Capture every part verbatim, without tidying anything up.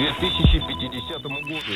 две тысячи пятидесятому году.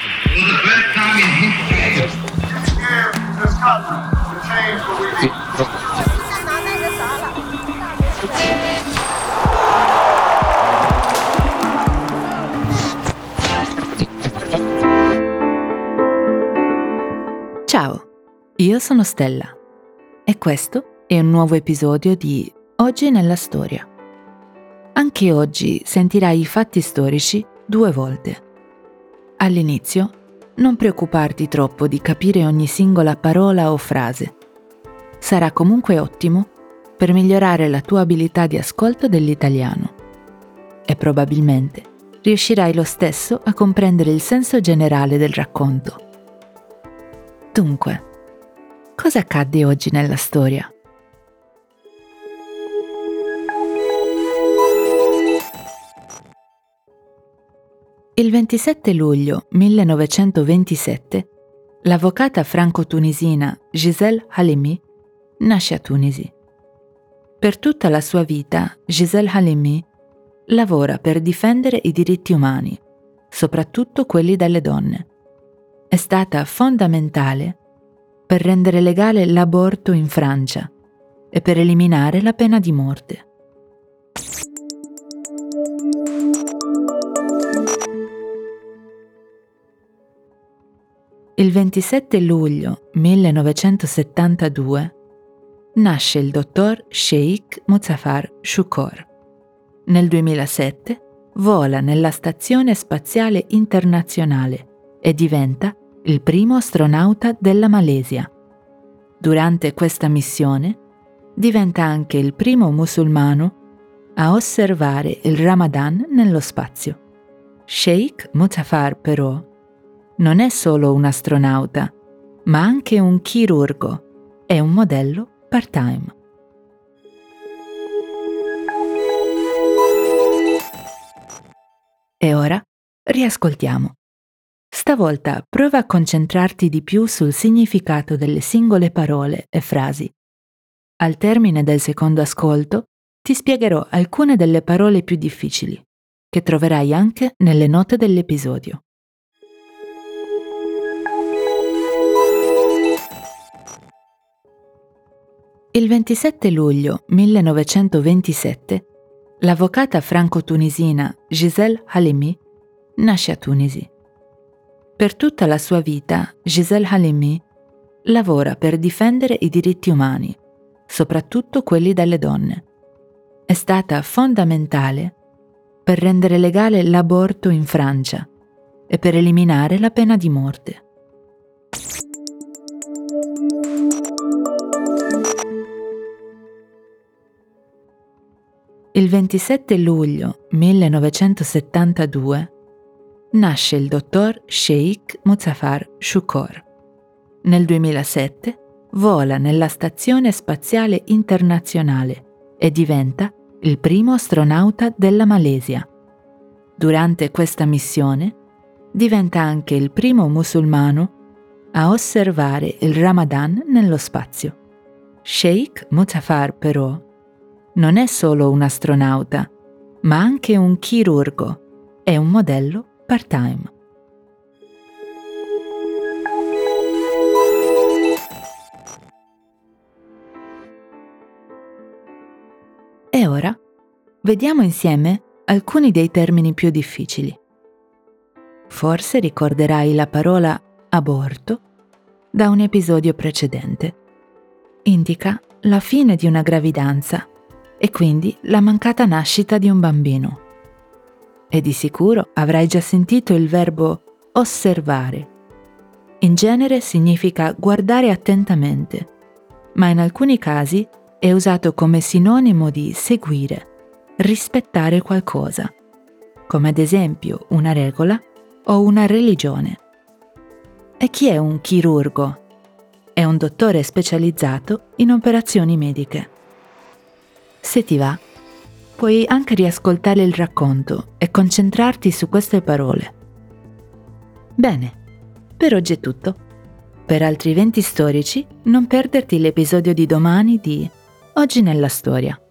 Ciao, io sono Stella e questo è un nuovo episodio di Oggi nella Storia. Anche oggi sentirai i fatti storici due volte. All'inizio, non preoccuparti troppo di capire ogni singola parola o frase. Sarà comunque ottimo per migliorare la tua abilità di ascolto dell'italiano. E probabilmente riuscirai lo stesso a comprendere il senso generale del racconto. Dunque, cosa accadde oggi nella storia? Il ventisette luglio millenovecentoventisette, l'avvocata franco-tunisina Gisèle Halimi nasce a Tunisi. Per tutta la sua vita, Gisèle Halimi lavora per difendere i diritti umani, soprattutto quelli delle donne. È stata fondamentale per rendere legale l'aborto in Francia e per eliminare la pena di morte. Il ventisette luglio millenovecentosettantadue nasce il dottor Sheikh Muzaffar Shukor. Nel duemilasette vola nella Stazione Spaziale Internazionale e diventa il primo astronauta della Malesia. Durante questa missione diventa anche il primo musulmano a osservare il Ramadan nello spazio. Sheikh Muzaffar però non è solo un astronauta, ma anche un chirurgo e un modello part-time. E ora riascoltiamo. Stavolta prova a concentrarti di più sul significato delle singole parole e frasi. Al termine del secondo ascolto ti spiegherò alcune delle parole più difficili, che troverai anche nelle note dell'episodio. Il ventisette luglio millenovecentoventisette, l'avvocata franco-tunisina Gisèle Halimi nasce a Tunisi. Per tutta la sua vita, Gisèle Halimi lavora per difendere i diritti umani, soprattutto quelli delle donne. È stata fondamentale per rendere legale l'aborto in Francia e per eliminare la pena di morte. Il ventisette luglio millenovecentosettantadue nasce il dottor Sheikh Muzaffar Shukor. Nel duemilasette vola nella Stazione Spaziale Internazionale e diventa il primo astronauta della Malesia. Durante questa missione diventa anche il primo musulmano a osservare il Ramadan nello spazio. Sheikh Muzaffar però non è solo un astronauta, ma anche un chirurgo e un modello part-time. E ora vediamo insieme alcuni dei termini più difficili. Forse ricorderai la parola aborto da un episodio precedente. Indica la fine di una gravidanza e quindi la mancata nascita di un bambino. E di sicuro avrai già sentito il verbo osservare. In genere significa guardare attentamente, ma in alcuni casi è usato come sinonimo di seguire, rispettare qualcosa, come ad esempio una regola o una religione. E chi è un chirurgo? È un dottore specializzato in operazioni mediche. Se ti va, puoi anche riascoltare il racconto e concentrarti su queste parole. Bene, per oggi è tutto. Per altri eventi storici, non perderti l'episodio di domani di Oggi nella Storia.